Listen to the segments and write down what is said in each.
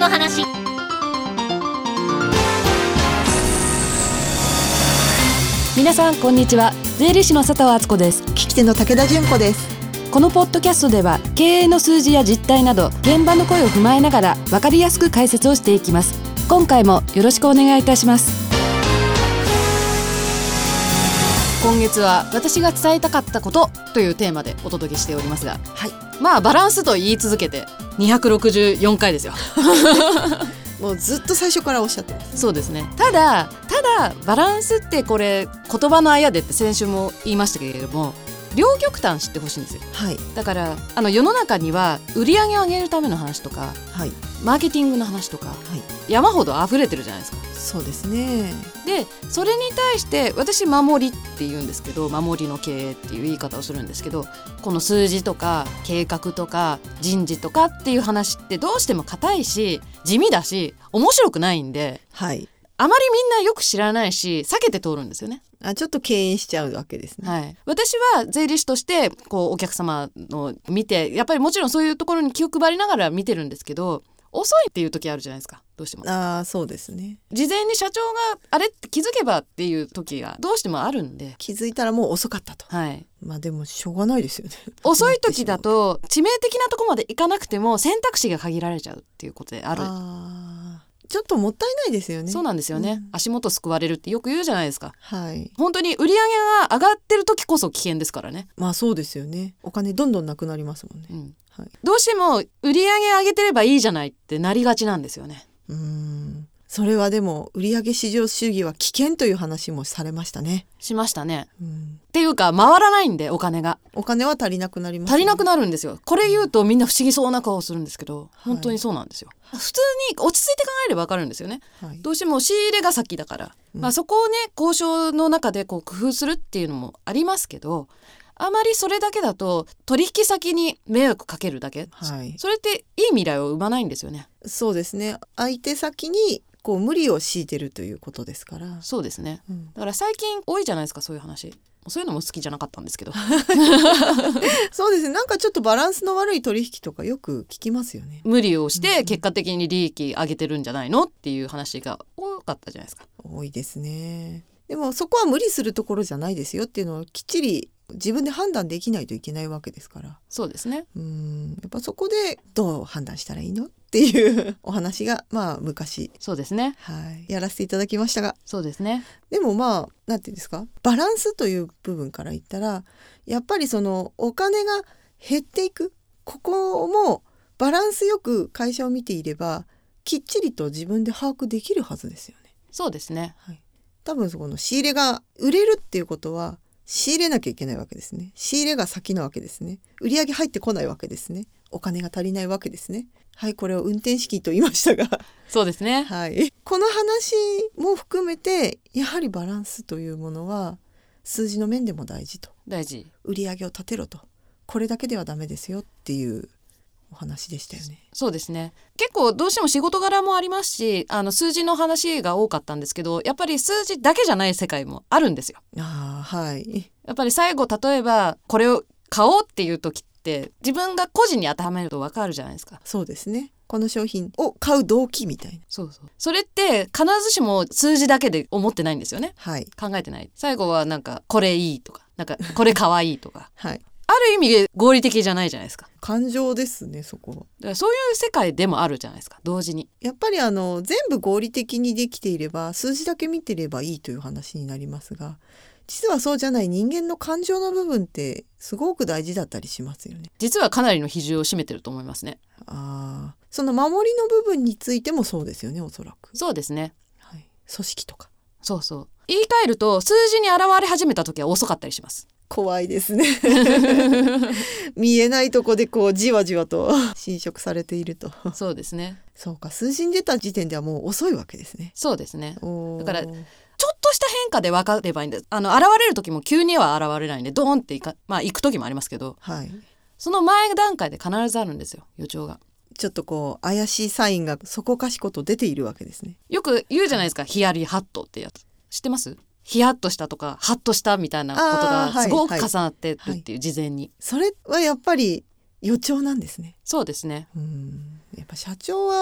の話。 皆さんこんにちは。税理士の佐藤敦子です。 聞き手の武田純子です。 このポッドキャストでは経営の数字や実態など現場の声を踏まえながら分かりやすく解説をしていきます。今回もよろしくお願いいたします。今月は私が伝えたかったことというテーマでお届けしておりますが、 はい、 まあバランスと言い続けて264回ですよもうずっと最初からおっしゃってます。 そうですね。ただバランスってこれ言葉のあやでって先週も言いましたけれども、両極端知ってほしいんですよ。 はい、 だから世の中には売り上げを上げるための話とか、 はい、 マーケティングの話とか、 はい、 山ほど溢れてるじゃないですか。 そうですね。 でそれに対して私守りって言うんですけど、守りの経営っていう言い方をするんですけど、この数字とか計画とか人事とかっていう話ってどうしても硬いし地味だし面白くないんで、 はい、 あまりみんなよく知らないし避けて通るんですよね。 ちょっと敬遠しちゃうわけですね。 はい、私は税理士としてお客様の見て、やっぱりもちろんそういうところに気を配りながら見てるんですけど、遅いっていう時あるじゃないですか。どうしてもそうですね。 事前に社長があれって気づけばっていう時がどうしてもあるんで、 気づいたらもう遅かったと。 はい、 でもしょうがないですよね遅い時だと致命的なところまでいかなくても選択肢が限られちゃうっていうことである。 ちょっともったいないですよね。 そうなんですよね、足元すくわれるってよく言うじゃないですか。 はい、 本当に売り上げが上がってる時こそ危険ですからね。 そうですよね。お金どんどんなくなりますもんね。はい、 どうしても売り上げ上げてればいいじゃないってなりがちなんですよね。 それはでも売上至上主義は危険という話もされましたね。 しましたね。っていうか回らないんでお金は足りなくなりますね。 足りなくなるんですよ。これ言うとみんな不思議そうな顔するんですけど、本当にそうなんですよ。普通に落ち着いて考えれば分かるんですよね。はい、どうしても仕入れが先だから、そこをね交渉の中で工夫するっていうのもありますけど、あまりそれだけだと取引先に迷惑かけるだけ、はい、それっていい未来を生まないんですよね。 そうですね。相手先に無理を強いてるということですから。 そうですね、だから最近多いじゃないですか、そういう話。そういうのも好きじゃなかったんですけどそうですね。なんかちょっとバランスの悪い取引とかよく聞きますよね。 無理をして結果的に利益上げてるんじゃないのっていう話が多かったじゃないですか。 多いですね。でもそこは無理するところじゃないですよっていうのをきっちり自分で判断できないといけないわけですから。 そうですね。 やっぱそこでどう判断したらいいのっていうお話が昔、 そうですね、 はい、やらせていただきましたが。 そうですね。 でもなんていうんですか、バランスという部分から言ったらやっぱりそのお金が減っていく、ここもバランスよく会社を見ていればきっちりと自分で把握できるはずですよね。 そうですね、 はい、多分そこの仕入れが売れるっていうことは仕入れなきゃいけないわけですね。仕入れが先なわけですね。売り上げ入ってこないわけですね。お金が足りないわけですね。はい、これを運転資金と言いましたがそうですね、 はい、この話も含めてやはりバランスというものは数字の面でも大事と。 大事。 売り上げを立てろと、これだけではダメですよっていうお話でしたよね。 そうですね。結構どうしても仕事柄もありますし、数字の話が多かったんですけど、やっぱり数字だけじゃない世界もあるんですよ。 はい、 やっぱり最後例えばこれを買おうっていう時って自分が個人に当てはめると分かるじゃないですか。 そうですね。この商品を買う動機みたいな。 それって必ずしも数字だけで思ってないんですよね。 はい、 考えてない。最後はなんかこれいいとか、なんかこれかわいいとかはい、 ある意味合理的じゃないじゃないですか。 感情ですね、そこは。だからそういう世界でもあるじゃないですか、同時に。 やっぱり全部合理的にできていれば数字だけ見てればいいという話になりますが、実はそうじゃない人間の感情の部分ってすごく大事だったりしますよね。 実はかなりの比重を占めてると思いますね。 その守りの部分についてもそうですよね、おそらく。 そうですね、 はい、組織とか。 そう言い換えると数字に現れ始めた時は遅かったりします。 怖いですね見えないとこでじわじわと侵食されていると。 そうですね。 そうか、数字に出た時点ではもう遅いわけですね。 そうですね。だからちょっとした変化で分かればいいんです。現れる時も急には現れないんでドーンって行く時もありますけど、 はい、 その前段階で必ずあるんですよ、予兆が。 ちょっと怪しいサインがそこかしこと出ているわけですね。 よく言うじゃないですか、ヒヤリハットってやつ知ってます？ヒヤッとしたとかハッとしたみたいなことがすごく重なってるっていう、事前に。 それはやっぱり予兆なんですね。 そうですね。 やっぱ社長は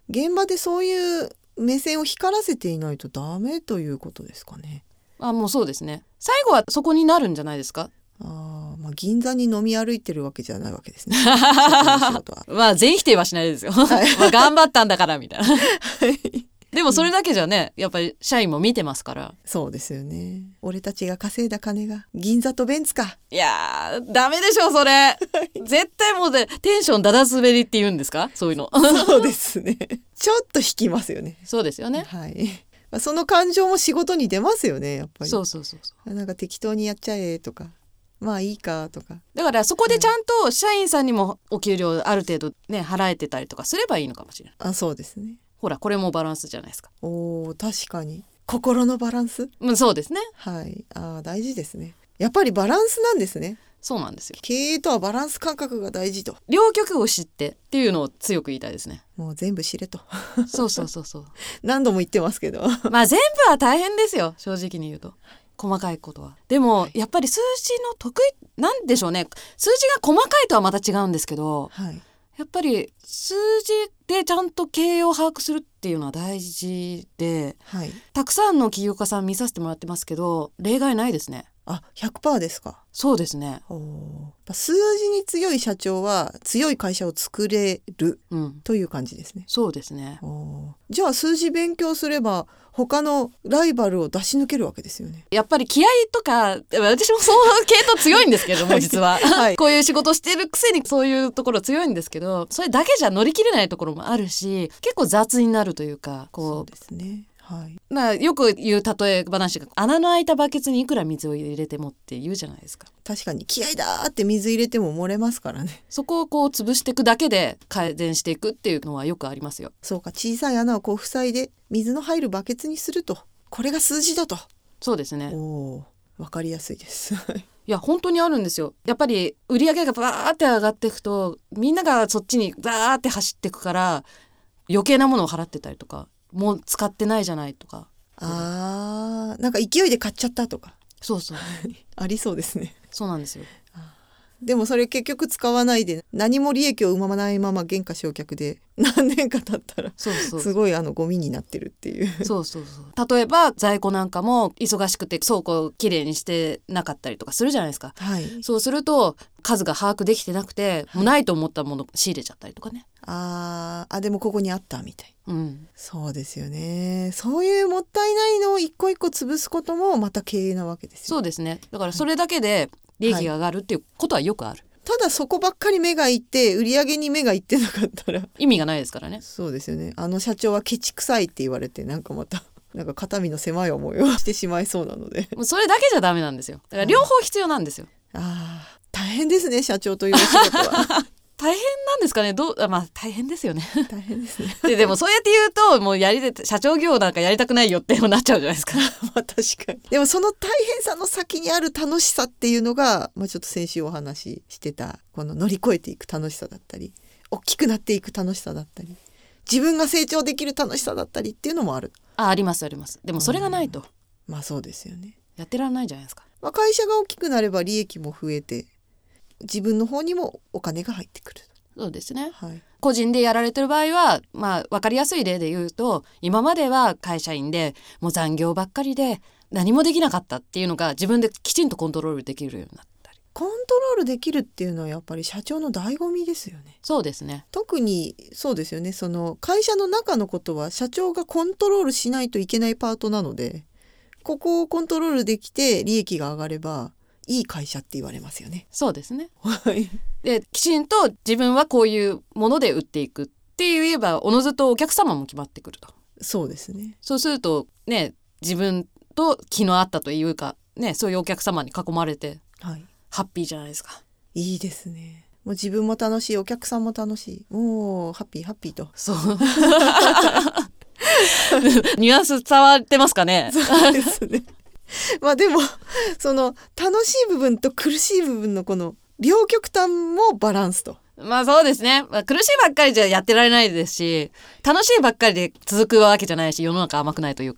現場でそういう目線を光らせていないとダメということですかね。 もうそうですね。最後はそこになるんじゃないですか。 銀座に飲み歩いてるわけじゃないわけですね。社長の仕事は全否定はしないですよ、頑張ったんだからみたいなでもそれだけじゃね、やっぱり社員も見てますから。 そうですよね。俺たちが稼いだ金が銀座とベンツか。 いやダメでしょそれ絶対もうテンションだだ滑りって言うんですか、そういうのそうですね。ちょっと引きますよね。 そうですよね。 はい。その感情も仕事に出ますよね、やっぱり。 そうなんか適当にやっちゃえとか、まあいいかとか。 だからそこでちゃんと社員さんにもお給料ある程度ね払えてたりとかすればいいのかもしれない。 そうですね。 ほらこれもバランスじゃないですか。 確かに心のバランス、 そうですね。 はい。大事ですね。やっぱりバランスなんですね。 そうなんですよ。 経営とはバランス感覚が大事と。 両極を知ってっていうのを強く言いたいですね。 もう全部知れとそう何度も言ってますけど全部は大変ですよ、正直に言うと。細かいことは。でも、やっぱり数字の得意なんでしょうね。数字が細かいとはまた違うんですけど、やっぱり数字でちゃんと経営を把握するっていうのは大事で、たくさんの起業家さん見させてもらってますけど例外ないですね。 100% ですか。 そうですね。 数字に強い社長は強い会社を作れる、という感じですね。 そうですね。 じゃあ数字勉強すれば他のライバルを出し抜けるわけですよね。 やっぱり気合とか、私もそう系統強いんですけども実は、こういう仕事してるくせにそういうところ強いんですけど、それだけじゃ乗り切れないところもあるし、結構雑になるというか、 そうですね。 よく言う例え話が、穴の開いたバケツにいくら水を入れてもって言うじゃないですか。 確かに気合だって水入れても漏れますからね。 そこを潰していくだけで改善していくっていうのはよくありますよ。 そうか、小さい穴を塞いで水の入るバケツにすると、これが数字だと。 そうですね。 わかりやすいですいや本当にあるんですよ。やっぱり売り上げがバーって上がっていくと、みんながそっちにバーって走っていくから余計なものを払ってたりとか、もう使ってないじゃないとか、 なんか勢いで買っちゃったとか。 そうありそうですね。 そうなんですよ。 でもそれ結局使わないで何も利益を生まないまま原価償却で何年か経ったらすごいゴミになってるっていう。 例えば在庫なんかも忙しくて倉庫をきれいにしてなかったりとかするじゃないですか、そうすると数が把握できてなくて、もうないと思ったもの仕入れちゃったりとかね。 でもここにあったみたい、そうですよね。そういうもったいないのを一個一個潰すこともまた経営なわけですよ。 そうですね。だからそれだけで利益が上がるっていうことはよくある、 ただそこばっかり目がいって売り上げに目がいってなかったら意味がないですからね。 そうですよね。社長はケチくさいって言われて、なんかまたなんか肩身の狭い思いをしてしまいそうなのでもうそれだけじゃダメなんですよ。だから両方必要なんですよ、 大変ですね、社長というお仕事は大変なんですかね。大変ですよね大変ですねでもそうやって言うともう社長業なんかやりたくないよってなっちゃうじゃないですか確かに。でもその大変さの先にある楽しさっていうのが、ちょっと先週お話ししてたこの乗り越えていく楽しさだったり、大きくなっていく楽しさだったり、自分が成長できる楽しさだったりっていうのもある。 あります。でもそれがないと、 そうですよね。 やってられないじゃないですか。 会社が大きくなれば利益も増えて自分の方にもお金が入ってくる。 そうですね、個人でやられてる場合は、分かりやすい例で言うと、今までは会社員でもう残業ばっかりで何もできなかったっていうのが自分できちんとコントロールできるようになったり。 コントロールできるっていうのはやっぱり社長の醍醐味ですよね。 そうですね。 特にそうですよね。その会社の中のことは社長がコントロールしないといけないパートなので、ここをコントロールできて利益が上がればいい会社って言われますよね。 そうですねできちんと自分はこういうもので売っていくって言えば、おのずとお客様も決まってくると。 そうですね。 そうするとね、自分と気の合ったというかね、そういうお客様に囲まれて、ハッピーじゃないですか。 いいですね。もう自分も楽しい、お客さんも楽しい、もうハッピーハッピーと。 そうニュアンス伝わってますかね。 そうですねでもその楽しい部分と苦しい部分のこの両極端もバランスと。 そうですね、苦しいばっかりじゃやってられないですし、楽しいばっかりで続くわけじゃないし、世の中甘くないというか。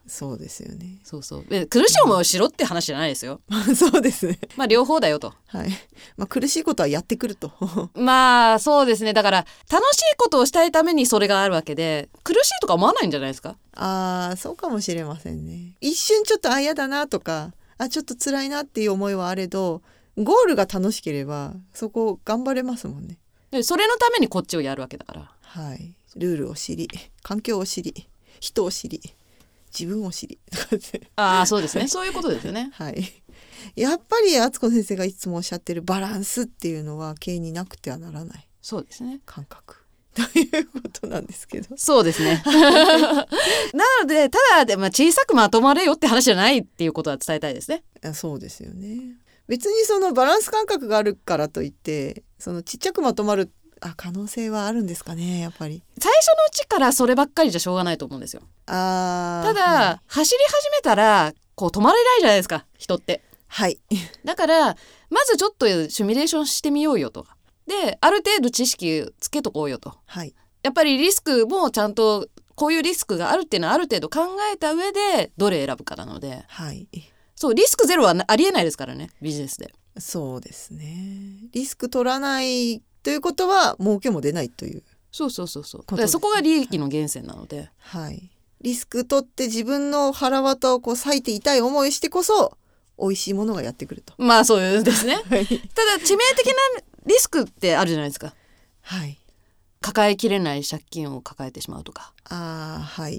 そうですよね。 そうそう。で苦しい思いをしろって話じゃないですよ。 そうですね。 まあ両方だよと。 はい。まあ苦しいことはやってくると。 まあそうですね。だから楽しいことをしたいためにそれがあるわけで、苦しいとか思わないんじゃないですか。 ああ、そうかもしれませんね。一瞬ちょっと嫌だなとか、ちょっと辛いなっていう思いはあれど、ゴールが楽しければそこ頑張れますもんね。 でそれのためにこっちをやるわけだから。 はい。ルールを知り、環境を知り、人を知り、自分を知りああそうですね。そういうことですよね。 はい。やっぱり敦子先生がいつもおっしゃってるバランスっていうのは経営になくてはならないそうですね。 感覚ということなんですけど。 そうですね。なのでただで、小さくまとまれよって話じゃないっていうことは伝えたいですね。 そうですよね。別にそのバランス感覚があるからといってそのちっちゃくまとまる可能性はあるんですかね。やっぱり最初のうちからそればっかりじゃしょうがないと思うんですよ。ただ、はい、走り始めたらこう止まれないじゃないですか人って。 はいだからまずちょっとシミュレーションしてみようよと。である程度知識つけとこうよと、 はい、 やっぱりリスクもちゃんとこういうリスクがあるっていうのはある程度考えた上でどれ選ぶかなので、 はい、 そうリスクゼロはありえないですからねビジネスで。 そうですね。リスク取らないということは儲けも出ないという。 そうだからそこが利益の源泉なので、 はい、リスク取って自分の腹渡をこう裂いて痛い思いしてこそ美味しいものがやってくると。 まあそうですね、 はい、 ただ致命的なリスクってあるじゃないですか。 はい、 抱えきれない借金を抱えてしまうとか、 はい、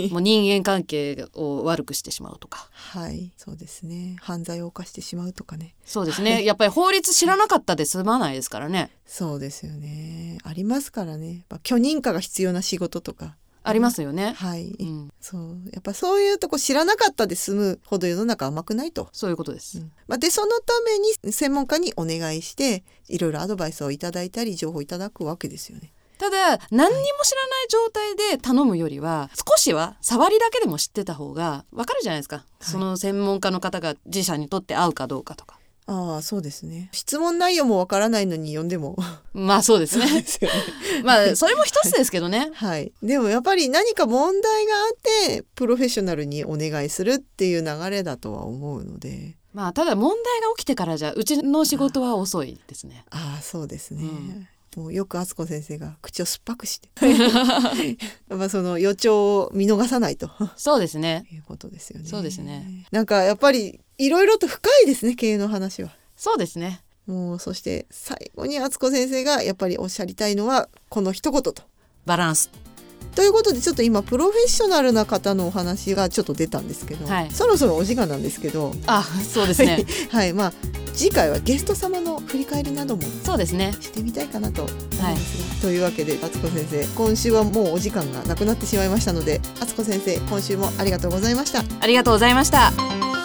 もう人間関係を悪くしてしまうとか、 はい、そうですね。犯罪を犯してしまうとかね。 そうですね、やっぱり法律知らなかったで済まないですからね。 そうですよね。ありますからね。許認可が必要な仕事とかありますよね。 はい、そうやっぱそういうとこ知らなかったで済むほど世の中甘くないと。 そういうことです、 でそのために専門家にお願いしていろいろアドバイスをいただいたり情報をいただくわけですよね。 ただ何にも知らない状態で頼むよりは、少しは触りだけでも知ってた方が分かるじゃないですか、その専門家の方が自社にとって合うかどうかとか。 そうですね。質問内容もわからないのに呼んでもまあそうですね。それも一つですけどね。 はい。でもやっぱり何か問題があってプロフェッショナルにお願いするっていう流れだとは思うので。ただ問題が起きてからじゃうちの仕事は遅いですね。 そうですね。もうよく敦子先生が口を酸っぱくしてその予兆を見逃さないと。 そうですね。 いうことですよね。 そうですね。 なんかやっぱりいろいろと深いですね経営の話は。 そうですね。 もうそして最後に敦子先生がやっぱりおっしゃりたいのはこの一言と。 バランス。 ということでちょっと今プロフェッショナルな方のお話がちょっと出たんですけど、そろそろお時間なんですけど。 そうですね。 はい、次回はゲスト様の振り返りなどもそうですねしてみたいかなと思いますが、というわけで敦子先生今週はもうお時間がなくなってしまいましたので、敦子先生今週もありがとうございました。 ありがとうございました。